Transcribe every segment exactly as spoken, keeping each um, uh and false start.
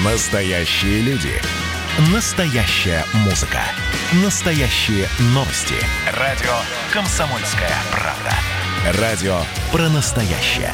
Настоящие люди. Настоящая музыка. Настоящие новости. Радио «Комсомольская правда». Радио про настоящее.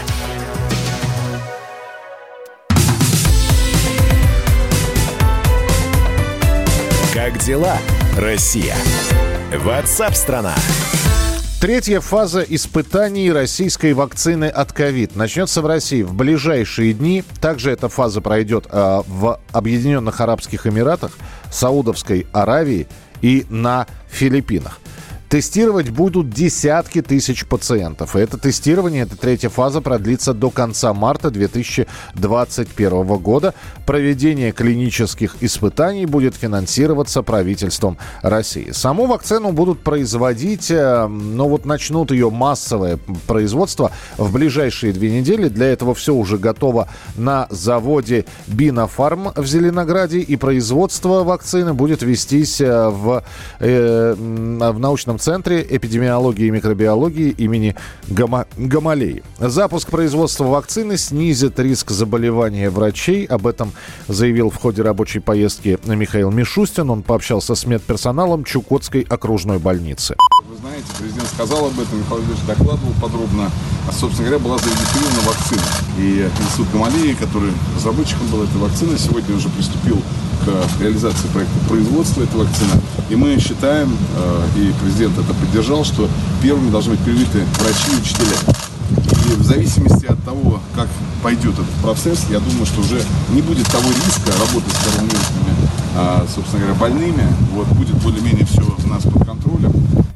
Как дела, Россия? Ватсап-страна! Третья фаза испытаний российской вакцины от ковид начнется в России в ближайшие дни. Также эта фаза пройдет э, в Объединенных Арабских Эмиратах, Саудовской Аравии и на Филиппинах. Тестировать будут десятки тысяч пациентов. И это тестирование, эта третья фаза, продлится до конца марта две тысячи двадцать первого года. Проведение клинических испытаний будет финансироваться правительством России. Саму вакцину будут производить, но вот начнут ее массовое производство в ближайшие две недели. Для этого все уже готово на заводе Бинофарм в Зеленограде. И производство вакцины будет вестись в, э, в научном центре эпидемиологии и микробиологии имени Гама... Гамалеи. Запуск производства вакцины снизит риск заболевания врачей. Об этом заявил в ходе рабочей поездки Михаил Мишустин. Он пообщался с медперсоналом Чукотской окружной больницы. Вы знаете, президент сказал об этом, Михаил Ильич докладывал подробно. А, собственно говоря, была зарегистрирована вакцина. И институт Гамалеи, который разработчиком был этой вакцины, сегодня уже приступил к реализации проекта производства этой вакцины. И мы считаем, и президент это поддержал, что первыми должны быть привиты врачи и учителя. И в зависимости от того, как пойдет этот процесс, я думаю, что уже не будет того риска работать с коронавирусными, собственно говоря, больными. Вот, будет более-менее все у нас под контролем.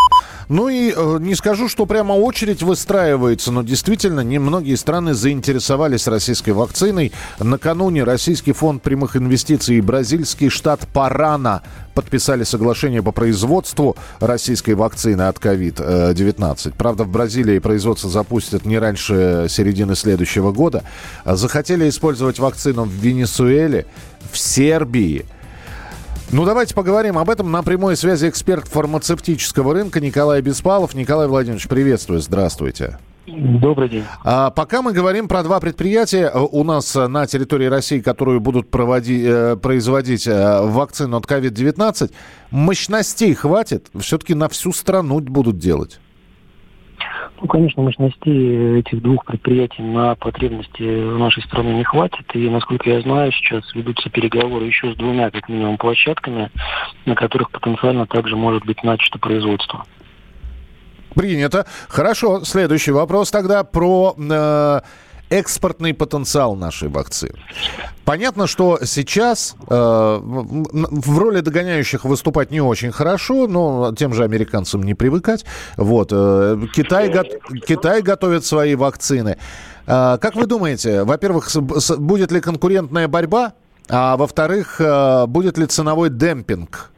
Ну и э, не скажу, что прямо очередь выстраивается, но действительно немногие страны заинтересовались российской вакциной. Накануне Российский фонд прямых инвестиций и бразильский штат Парана подписали соглашение по производству российской вакцины от ковид девятнадцать. Правда, в Бразилии производство запустят не раньше середины следующего года. Захотели использовать вакцину в Венесуэле, в Сербии. Ну, давайте поговорим об этом. На прямой связи эксперт фармацевтического рынка Николай Беспалов. Николай Владимирович, приветствую, здравствуйте. Добрый день. А, пока мы говорим про два предприятия у нас на территории России, которые будут проводить, э, производить э, вакцину от ковид девятнадцать, мощностей хватит? Все-таки на всю страну будут делать? Ну, конечно, мощностей этих двух предприятий на потребности нашей страны не хватит. И, насколько я знаю, сейчас ведутся переговоры еще с двумя, как минимум, площадками, на которых потенциально также может быть начато производство. Принято. Хорошо. Следующий вопрос тогда про э, экспортный потенциал нашей вакцины. Понятно, что сейчас э, в роли догоняющих выступать не очень хорошо, но тем же американцам не привыкать. Вот, э, Китай, го- Китай готовит свои вакцины. Э, как вы думаете, во-первых, с, с, будет ли конкурентная борьба, а во-вторых, э, будет ли ценовой демпинг?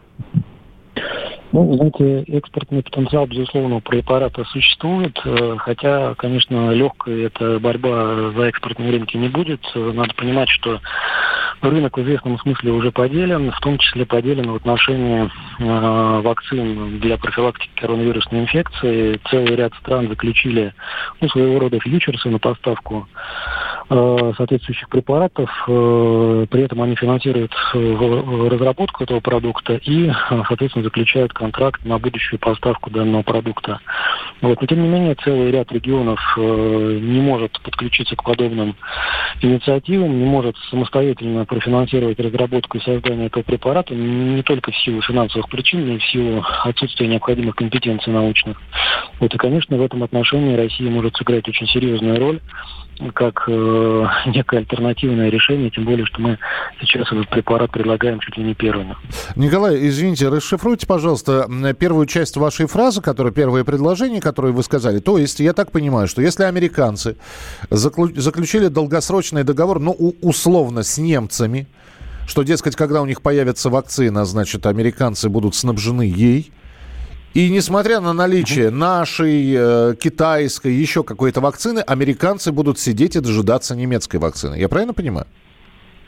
Ну, знаете, экспортный потенциал, безусловно, у препарата существует, хотя, конечно, легкой эта борьба за экспортные рынки не будет. Надо понимать, что рынок в известном смысле уже поделен, в том числе поделен в отношении э, вакцин для профилактики коронавирусной инфекции. Целый ряд стран заключили ну, своего рода фьючерсы на поставку э, соответствующих препаратов. Э, при этом они финансируют э, разработку этого продукта и, соответственно, заключают контракт на будущую поставку данного продукта. Вот. Но, тем не менее, целый ряд регионов э, не может подключиться к подобным инициативам, не может самостоятельно профинансировать разработку и создание этого препарата не только в силу финансовых причин, но и в силу отсутствия необходимых компетенций научных. Вот. И, конечно, в этом отношении Россия может сыграть очень серьезную роль как э, некое альтернативное решение, тем более, что мы сейчас этот препарат предлагаем чуть ли не первыми. Николай, извините, расшифруйте, пожалуйста, первую часть вашей фразы, которая, первое предложение, которое вы сказали. То есть, я так понимаю, что если американцы заклю- заключили долгосрочный договор, ну, у- условно, с немцами, что, дескать, когда у них появится вакцина, значит, американцы будут снабжены ей, и несмотря на наличие нашей, э, китайской, еще какой-то вакцины, американцы будут сидеть и дожидаться немецкой вакцины. Я правильно понимаю?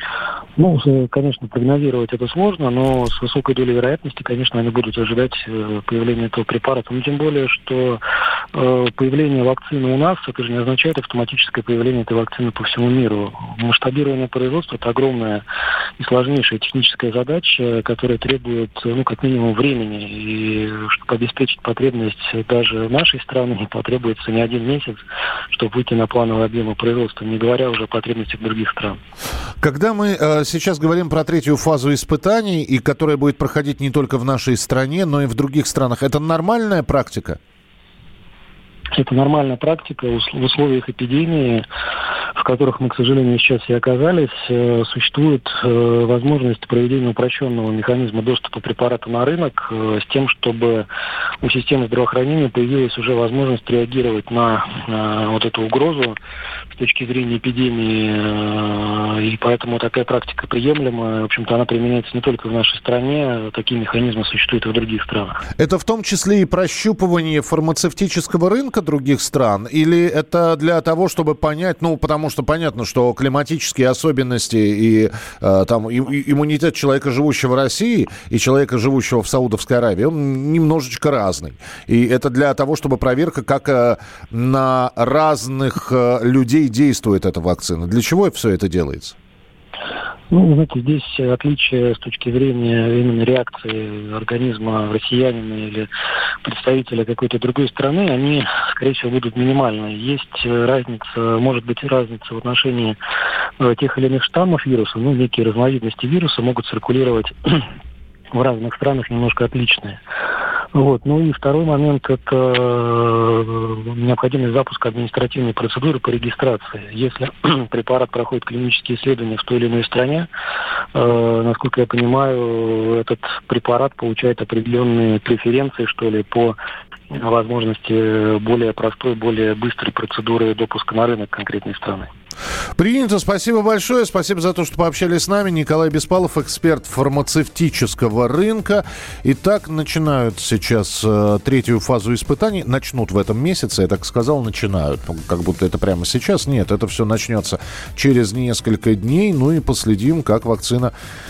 Ну, конечно, прогнозировать это сложно, но с высокой долей вероятности, конечно, они будут ожидать появления этого препарата. Но тем более, что появление вакцины у нас, это же не означает автоматическое появление этой вакцины по всему миру. Масштабирование производства – это огромная и сложнейшая техническая задача, которая требует, ну, как минимум, времени. И чтобы обеспечить потребность даже нашей страны, потребуется не один месяц, чтобы выйти на плановый объем производства, не говоря уже о потребностях других стран. Когда мы э, сейчас говорим про третью фазу испытаний, и которая будет проходить не только в нашей стране, но и в других странах, это нормальная практика? Это нормальная практика в условиях эпидемии, в которых мы, к сожалению, сейчас и оказались. Существует возможность проведения упрощенного механизма доступа препарата на рынок с тем, чтобы у системы здравоохранения появилась уже возможность реагировать на вот эту угрозу с точки зрения эпидемии. И поэтому такая практика приемлема. В общем-то, она применяется не только в нашей стране, такие механизмы существуют и в других странах. Это в том числе и прощупывание фармацевтического рынка других стран? Или это для того, чтобы понять, ну, потому что понятно, что климатические особенности и э, там и, и иммунитет человека, живущего в России, и человека, живущего в Саудовской Аравии, он немножечко разный. И это для того, чтобы проверка, как э, на разных э, людей действует эта вакцина. Для чего все это делается? Ну, знаете, здесь отличие с точки зрения именно реакции организма россиянина или представителя какой-то другой страны, они, скорее всего, будут минимальны. Есть разница, может быть, разница в отношении тех или иных штаммов вируса, ну, некие разновидности вируса могут циркулировать в разных странах немножко отличные. Вот. Ну и второй момент – это необходимый запуск административной процедуры по регистрации. Если препарат проходит клинические исследования в той или иной стране, э, насколько я понимаю, этот препарат получает определенные преференции, что ли, по возможности более простой, более быстрой процедуры допуска на рынок конкретной страны. Принято. Спасибо большое. Спасибо за то, что пообщались с нами. Николай Беспалов, эксперт фармацевтического рынка. Итак, начинают сейчас э, третью фазу испытаний. Начнут в этом месяце. Я так сказал, начинают. Как будто это прямо сейчас. Нет, это все начнется через несколько дней. Ну и последим, как вакцина...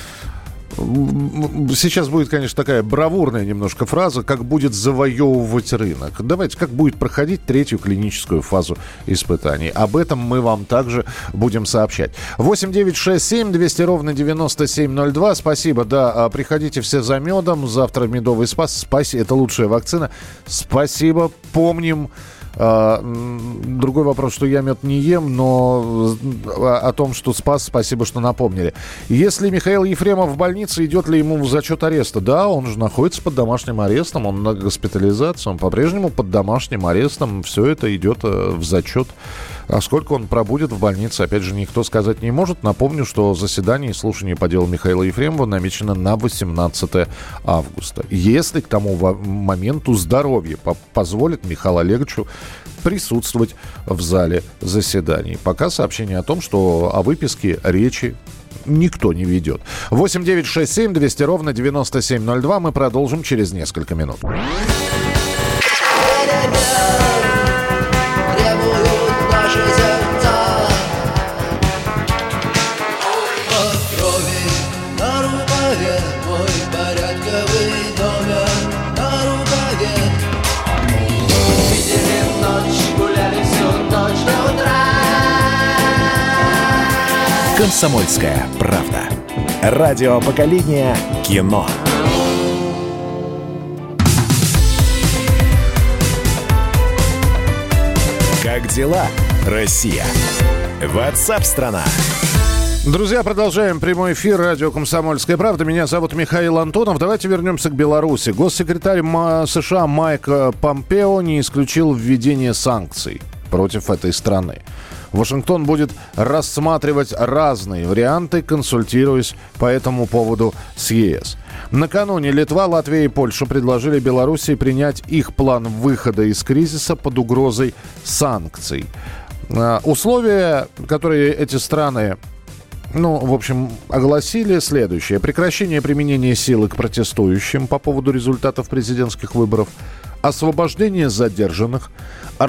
Сейчас будет, конечно, такая бравурная немножко фраза, как будет завоевывать рынок. Давайте, как будет проходить третью клиническую фазу испытаний. Об этом мы вам также будем сообщать. восемь девятьсот шестьдесят семь двести ровно девяносто семь ноль два. Спасибо, да, приходите все за медом. Завтра медовый спас. Спасибо, это лучшая вакцина. Спасибо, помним. Другой вопрос, что я мед не ем, но о том, что спас, спасибо, что напомнили. Если Михаил Ефремов в больнице, идет ли ему в зачет ареста? Да, он же находится под домашним арестом, он на госпитализации, он по-прежнему под домашним арестом. Все это идет в зачет. А сколько он пробудет в больнице, опять же, никто сказать не может. Напомню, что заседание и слушание по делу Михаила Ефремова намечено на восемнадцатое августа. Если к тому моменту здоровье позволит Михаилу Олеговичу присутствовать в зале заседаний. Пока сообщение о том, что о выписке речи никто не ведет. восемь девятьсот шестьдесят семь двести ровно девяносто семь ноль два. Мы продолжим через несколько минут. «Комсомольская правда». Радио поколения кино. Как дела, Россия? Ватсап-страна! Друзья, продолжаем прямой эфир радио «Комсомольская правда». Меня зовут Михаил Антонов. Давайте вернемся к Беларуси. Госсекретарь США Майк Помпео не исключил введение санкций против этой страны. Вашингтон будет рассматривать разные варианты, консультируясь по этому поводу с ЕС. Накануне Литва, Латвия и Польша предложили Беларуси принять их план выхода из кризиса под угрозой санкций. Условия, которые эти страны, ну, в общем, огласили, следующее. Прекращение применения силы к протестующим по поводу результатов президентских выборов, освобождение задержанных,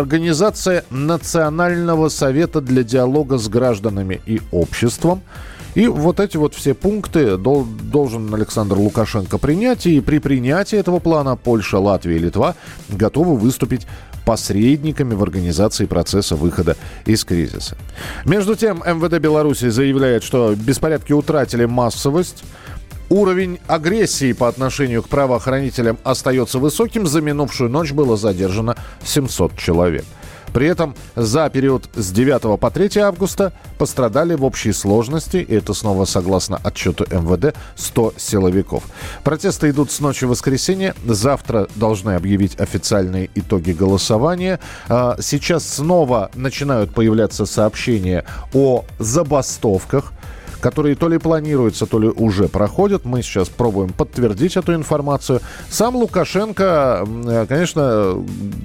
организация Национального совета для диалога с гражданами и обществом И вот эти вот все пункты дол- должен Александр Лукашенко принять. И при принятии этого плана Польша, Латвия и Литва готовы выступить посредниками в организации процесса выхода из кризиса. Между тем, эм вэ дэ Беларуси заявляет, что беспорядки утратили массовость. Уровень агрессии по отношению к правоохранителям остается высоким. За минувшую ночь было задержано семьсот человек. При этом за период с девятого по третье августа пострадали в общей сложности, и это снова согласно отчету эм вэ дэ, сто силовиков. Протесты идут с ночи воскресенья. Завтра должны объявить официальные итоги голосования. Сейчас снова начинают появляться сообщения о забастовках, которые то ли планируются, то ли уже проходят. Мы сейчас пробуем подтвердить эту информацию. Сам Лукашенко, конечно,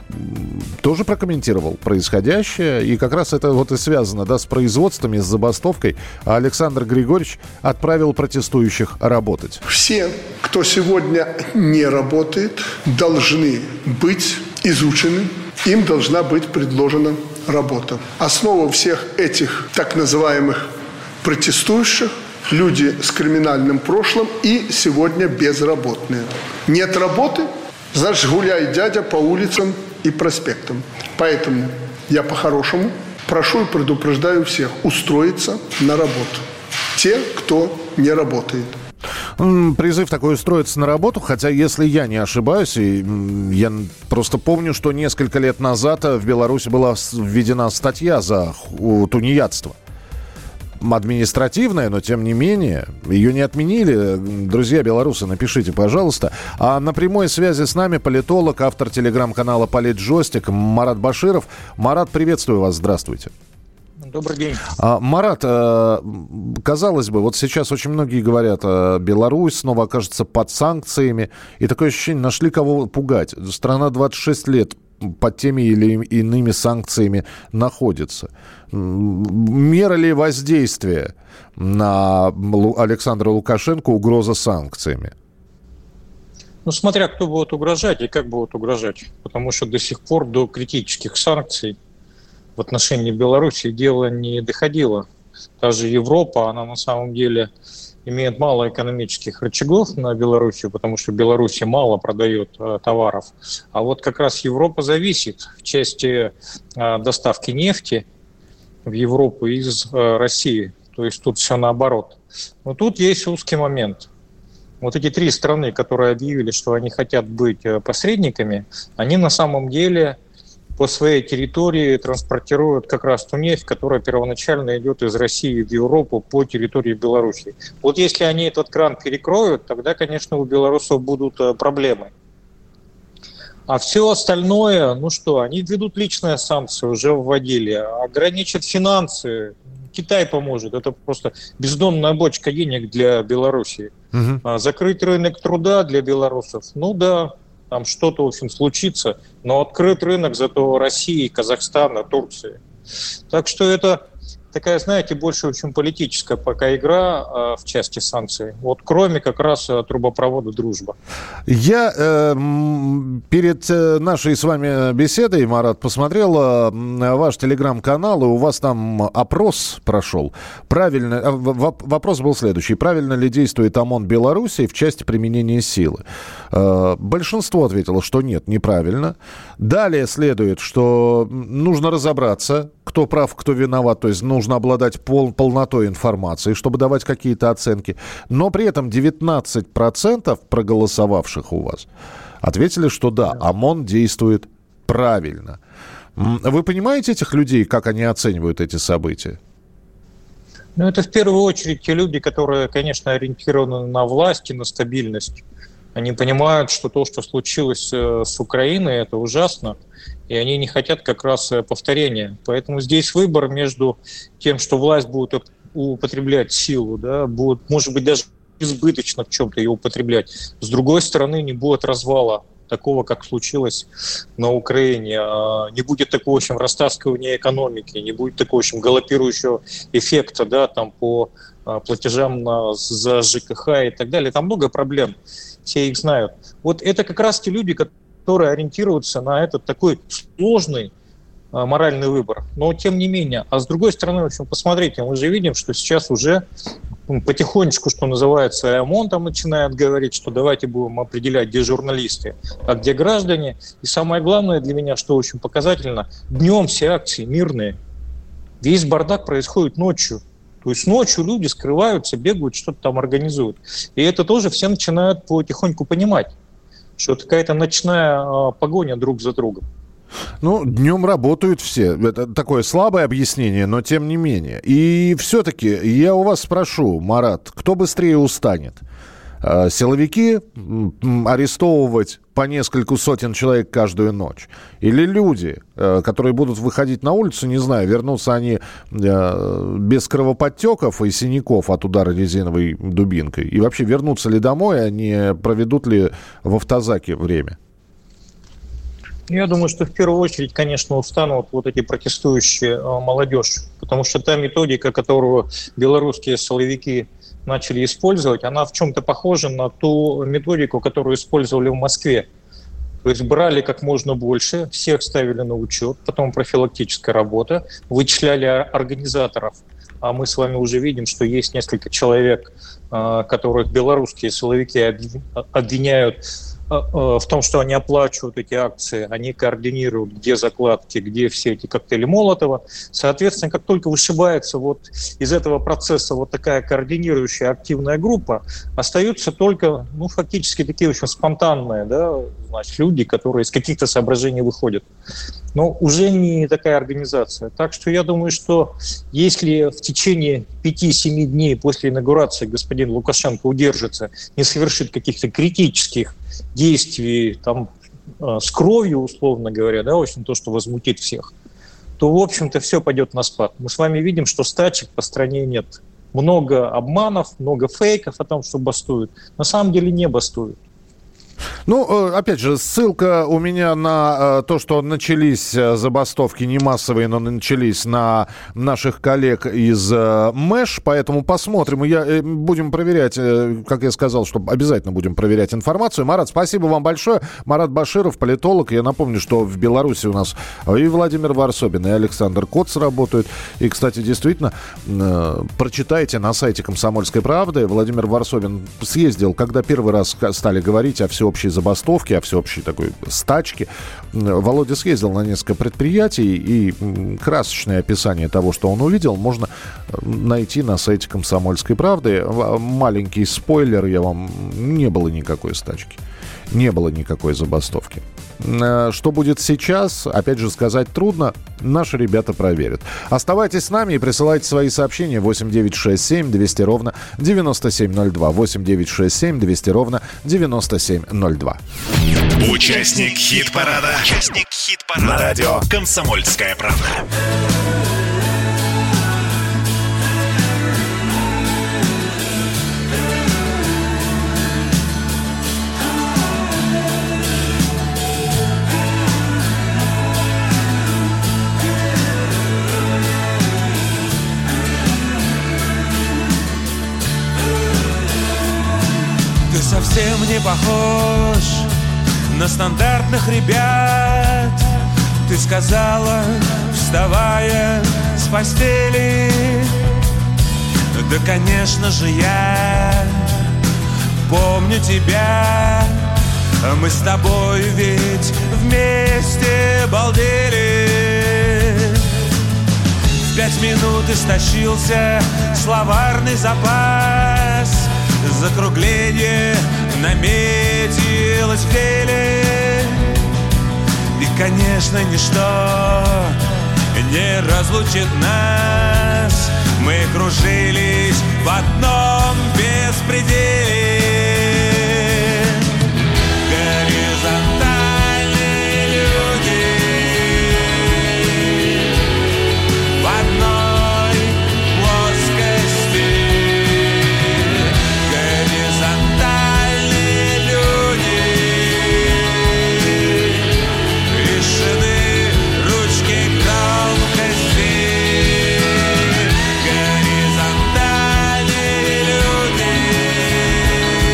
тоже прокомментировал происходящее. И как раз это вот и связано, да, с производствами, с забастовкой. А Александр Григорьевич отправил протестующих работать. Все, кто сегодня не работает, должны быть изучены. Им должна быть предложена работа. Основа всех этих так называемых протестующих, люди с криминальным прошлым и сегодня безработные. Нет работы, значит, гуляй, дядя, по улицам и проспектам. Поэтому я по-хорошему прошу и предупреждаю всех устроиться на работу. Те, кто не работает. Призыв такой устроиться на работу, хотя, если я не ошибаюсь, и я просто помню, что несколько лет назад в Беларуси была введена статья за тунеядство. Административная, но тем не менее, ее не отменили. Друзья белорусы, напишите, пожалуйста. А на прямой связи с нами политолог, автор телеграм-канала «Политжойстик» Марат Баширов. Марат, приветствую вас, здравствуйте. Добрый день. А, Марат, а, казалось бы, вот сейчас очень многие говорят, а, Беларусь снова окажется под санкциями. И такое ощущение, нашли кого пугать. Страна двадцать шесть лет под теми или иными санкциями находится. Мера ли воздействия на Александра Лукашенко угроза санкциями? Ну, смотря кто будет угрожать и как будет угрожать. Потому что до сих пор до критических санкций в отношении Беларуси дело не доходило. Даже Европа, она на самом деле имеет мало экономических рычагов на Белоруссию, потому что Беларусь мало продает э, товаров. А вот как раз Европа зависит в части э, доставки нефти в Европу из э, России. То есть тут все наоборот. Но тут есть узкий момент. Вот эти три страны, которые объявили, что они хотят быть э, посредниками, они на самом деле по своей территории транспортируют как раз ту нефть, которая первоначально идет из России в Европу по территории Беларуси. Вот если они этот кран перекроют, тогда, конечно, у белорусов будут проблемы. А все остальное, ну что, они введут личные санкции, уже вводили, ограничат финансы, Китай поможет, это просто бездонная бочка денег для Беларуси. Угу. Закрыть рынок труда для белорусов, ну да, там что-то, в общем, случится, но открыт рынок зато России, Казахстана, Турции. Так что это такая, знаете, больше очень политическая пока игра э, в части санкций. Вот кроме как раз э, трубопровода «Дружба». Я э, перед э, нашей с вами беседой, Марат, посмотрел э, ваш телеграм-канал, и у вас там опрос прошел. Правильно, э, в, вопрос был следующий. Правильно ли действует ОМОН Беларуси в части применения силы? Э, большинство ответило, что нет, неправильно. Далее следует, что нужно разобраться, кто прав, кто виноват, то есть нужно обладать пол, полнотой информации, чтобы давать какие-то оценки. Но при этом девятнадцать процентов проголосовавших у вас ответили, что да, ОМОН действует правильно. Вы понимаете этих людей, как они оценивают эти события? Ну, это в первую очередь те люди, которые, конечно, ориентированы на власть и на стабильность. Они понимают, что то, что случилось с Украиной, это ужасно, и они не хотят как раз повторения. Поэтому здесь выбор между тем, что власть будет употреблять силу, да, будет, может быть, даже избыточно в чем-то ее употреблять. С другой стороны, не будет развала такого, как случилось на Украине. Не будет такого, в общем, растаскивания экономики, не будет такого, в общем, галопирующего эффекта, да, там, по платежам на, за ЖКХ и так далее. Там много проблем. Все их знают. Вот это как раз те люди, которые ориентируются на этот такой сложный а, моральный выбор. Но тем не менее. А с другой стороны, в общем, посмотрите, мы же видим, что сейчас уже потихонечку, что называется, ОМОН там начинает говорить, что давайте будем определять, где журналисты, а где граждане. И самое главное для меня, что очень показательно, днем все акции мирные. Весь бардак происходит ночью. То есть ночью люди скрываются, бегают, что-то там организуют. И это тоже все начинают потихоньку понимать, что это какая-то ночная э, погоня друг за другом. Ну, днем работают все. Это такое слабое объяснение, но тем не менее. И все-таки я у вас спрошу, Марат, кто быстрее устанет? Силовики арестовывать по нескольку сотен человек каждую ночь? Или люди, которые будут выходить на улицу, не знаю, вернутся они без кровоподтеков и синяков от удара резиновой дубинкой? И вообще вернутся ли домой, а не проведут ли в автозаке время? Я думаю, что в первую очередь, конечно, устанут вот эти протестующие молодежь, потому что та методика, которую белорусские силовики начали использовать, она в чем-то похожа на ту методику, которую использовали в Москве. То есть брали как можно больше, всех ставили на учет, потом профилактическая работа, вычисляли организаторов. А мы с вами уже видим, что есть несколько человек, которых белорусские силовики обвиняют в том, что они оплачивают эти акции, они координируют, где закладки, где все эти коктейли Молотова. Соответственно, как только вышибается вот из этого процесса вот такая координирующая активная группа, остаются только, ну, фактически такие очень спонтанные, да, значит, люди, которые из каких-то соображений выходят. Но уже не такая организация. Так что я думаю, что если в течение пяти-семи дней после инаугурации господин Лукашенко удержится, не совершит каких-то критических действий там, с кровью, условно говоря, да, в общем, то, что возмутит всех, то, в общем-то, все пойдет на спад. Мы с вами видим, что стачек по стране нет. Много обманов, много фейков о том, что бастуют. На самом деле не бастуют. Ну, опять же, ссылка у меня на то, что начались забастовки не массовые, но начались на наших коллег из МЭШ, поэтому посмотрим. Я, будем проверять, как я сказал, что обязательно будем проверять информацию. Марат, спасибо вам большое. Марат Баширов, политолог. Я напомню, что в Беларуси у нас и Владимир Варсобин, и Александр Коц работают. И, кстати, действительно, прочитайте на сайте «Комсомольской правды». Владимир Варсобин съездил, когда первый раз стали говорить о всеобщем всеобщей забастовки, о всеобщей такой стачке. Володя съездил на несколько предприятий, и красочное описание того, что он увидел, можно найти на сайте «Комсомольской правды». Маленький спойлер, я вам... Не было никакой стачки. Не было никакой забастовки. Что будет сейчас, опять же, сказать трудно. Наши ребята проверят. Оставайтесь с нами и присылайте свои сообщения. восемь девятьсот шестьдесят семь двести ровно девяносто семь ноль два. восемь девятьсот шестьдесят семь двести ровно девяносто семь ноль два. Участник хит-парада. Участник хит-парада. На радио «Комсомольская правда». Совсем не похож на стандартных ребят. Ты сказала, вставая с постели: да, конечно же, я помню тебя. Мы с тобой ведь вместе балдели. В пять минут истощился словарный запас. Закругление наметилось в деле. И, конечно, ничто не разлучит нас. Мы кружились в одном беспределе. Горизонтальные люди в одной плоскости. Горизонтальные люди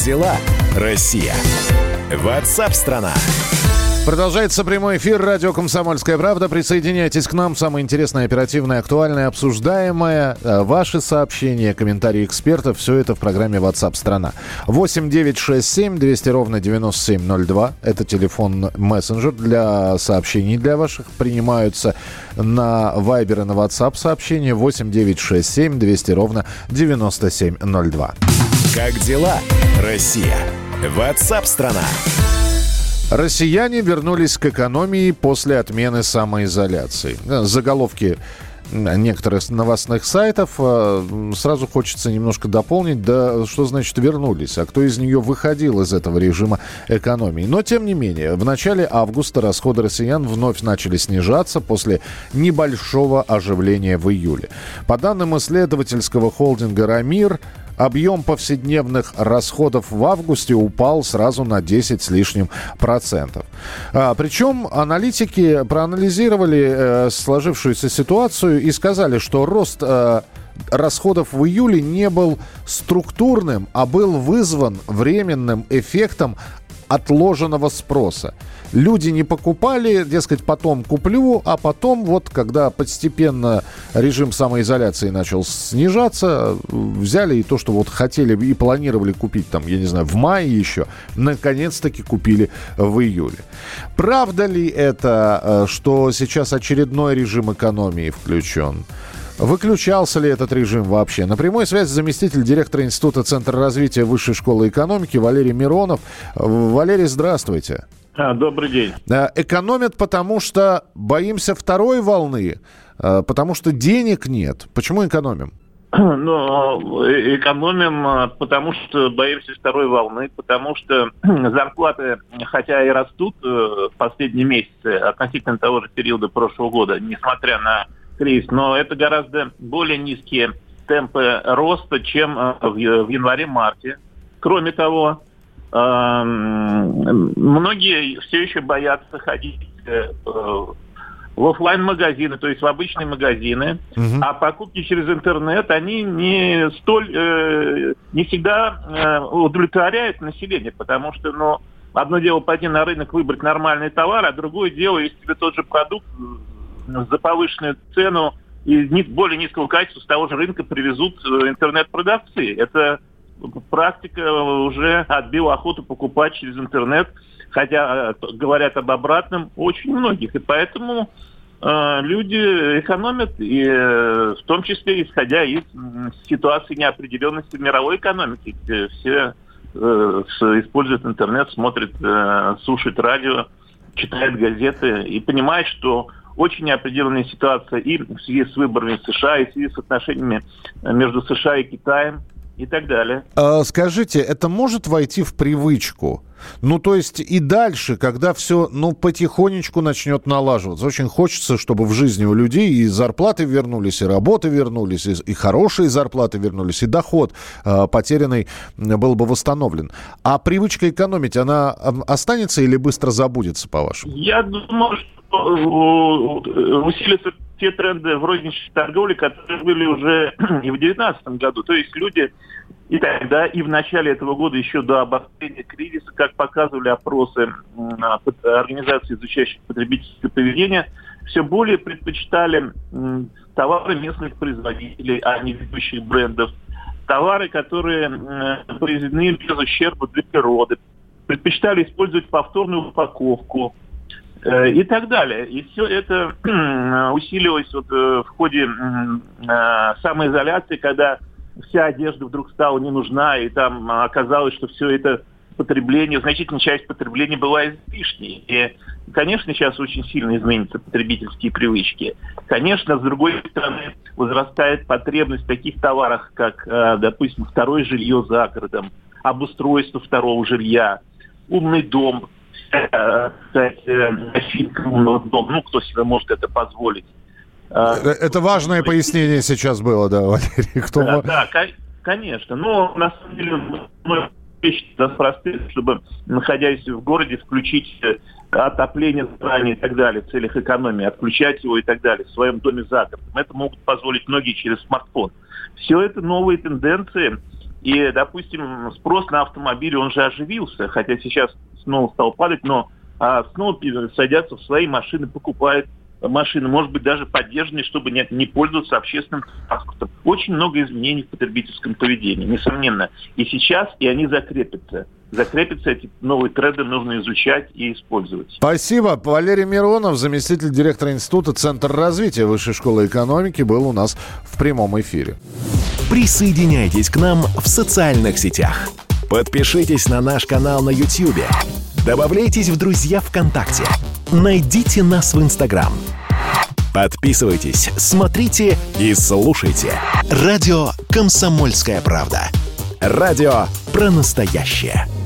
дела, Россия? WhatsApp-страна. Продолжается прямой эфир радио «Комсомольская правда». Присоединяйтесь к нам. Самое интересное, оперативное, актуальное, обсуждаемое. Ваши сообщения, комментарии экспертов. Все это в программе WhatsApp страна. восемь девятьсот шестьдесят семь двести ровно девяносто семь ноль два. Это телефон мессенджер для сообщений для ваших. Принимаются на Viber и на WhatsApp сообщения. восемь девятьсот шестьдесят семь двести ровно девяносто семь ноль два. Как дела, Россия? WhatsApp страна. Россияне вернулись к экономии после отмены самоизоляции. Заголовки некоторых новостных сайтов. Сразу хочется немножко дополнить, да что значит вернулись, а кто из нее выходил из этого режима экономии. Но, тем не менее, в начале августа расходы россиян вновь начали снижаться после небольшого оживления в июле. По данным исследовательского холдинга «Рамир», объем повседневных расходов в августе упал сразу на десять с лишним процентов. А, причем аналитики проанализировали э, сложившуюся ситуацию и сказали, что рост э, расходов в июле не был структурным, а был вызван временным эффектом отложенного спроса. Люди не покупали, дескать, потом куплю, а потом вот, когда постепенно режим самоизоляции начал снижаться, взяли и то, что вот хотели и планировали купить там, я не знаю, в мае еще, наконец-таки купили в июле. Правда ли это, что сейчас очередной режим экономии включен? Выключался ли этот режим вообще? На прямой связи заместитель директора Института Центра развития Высшей школы экономики Валерий Миронов. Валерий, здравствуйте. А, добрый день. Экономят, потому что боимся второй волны, потому что денег нет. Почему экономим? Ну, экономим, потому что боимся второй волны, потому что зарплаты, хотя и растут в последние месяцы относительно того же периода прошлого года, несмотря на кризис, но это гораздо более низкие темпы роста, чем в январе-марте. Кроме того, многие все еще боятся ходить в офлайн-магазины, то есть в обычные магазины, uh-huh. а покупки через интернет, они не столь, не всегда удовлетворяют население, потому что, ну, одно дело пойти на рынок, выбрать нормальный товар, а другое дело, если тебе тот же продукт за повышенную цену и более низкого качества с того же рынка привезут интернет-продавцы. Это практика уже отбила охоту покупать через интернет, хотя говорят об обратном очень многих. И поэтому э, люди экономят, и э, в том числе исходя из ситуации неопределенности в мировой экономике, где все э, используют интернет, смотрят, э, слушают радио, читают газеты и понимают, что очень неопределенная ситуация и в связи с выборами в США, и в связи с отношениями между США и Китаем и так далее. А, скажите, это может войти в привычку? Ну, то есть и дальше, когда все, ну, потихонечку начнет налаживаться. Очень хочется, чтобы в жизни у людей и зарплаты вернулись, и работы вернулись, и, и хорошие зарплаты вернулись, и доход э, потерянный был бы восстановлен. А привычка экономить, она останется или быстро забудется, по-вашему? Я думаю, что усилятся те тренды в розничной торговле, которые были уже и в две тысячи девятнадцатом году. То есть люди и тогда, и в начале этого года, еще до обострения кризиса, как показывали опросы организаций, изучающих потребительское поведение, все более предпочитали товары местных производителей, а не ведущих брендов, товары, которые произведены без ущерба для природы, предпочитали использовать повторную упаковку и так далее. И все это усилилось вот в ходе самоизоляции, когда вся одежда вдруг стала не нужна, и там оказалось, что все это потребление, значительная часть потребления была излишней. И, конечно, сейчас очень сильно изменятся потребительские привычки. Конечно, с другой стороны, возрастает потребность в таких товарах, как, допустим, второе жилье за городом, обустройство второго жилья, умный дом, кстати, умного дома, ну, кто себе может это позволить. Это важное пояснение сейчас было, да, Валерий? Кто... Да, да, конечно. Но на самом деле мы вещи простые, чтобы, находясь в городе, включить отопление заранее и так далее в целях экономии, отключать его и так далее в своем доме за городом. Это могут позволить многие через смартфон. Все это новые тенденции, И, допустим, спрос на автомобили, он же оживился, хотя сейчас снова стал падать, но а, снова садятся в свои машины, покупают машины, может быть, даже поддержанные, чтобы не, не пользоваться общественным транспортом. Очень много изменений в потребительском поведении, несомненно. И сейчас, и они закрепятся. Закрепятся, эти новые тренды нужно изучать и использовать. Спасибо. Валерий Миронов, заместитель директора Института Центр развития Высшей школы экономики, был у нас в прямом эфире. Присоединяйтесь к нам в социальных сетях. Подпишитесь на наш канал на YouTube. Добавляйтесь в друзья ВКонтакте. Найдите нас в Инстаграм. Подписывайтесь, смотрите и слушайте. Радио «Комсомольская правда». Радио про настоящее.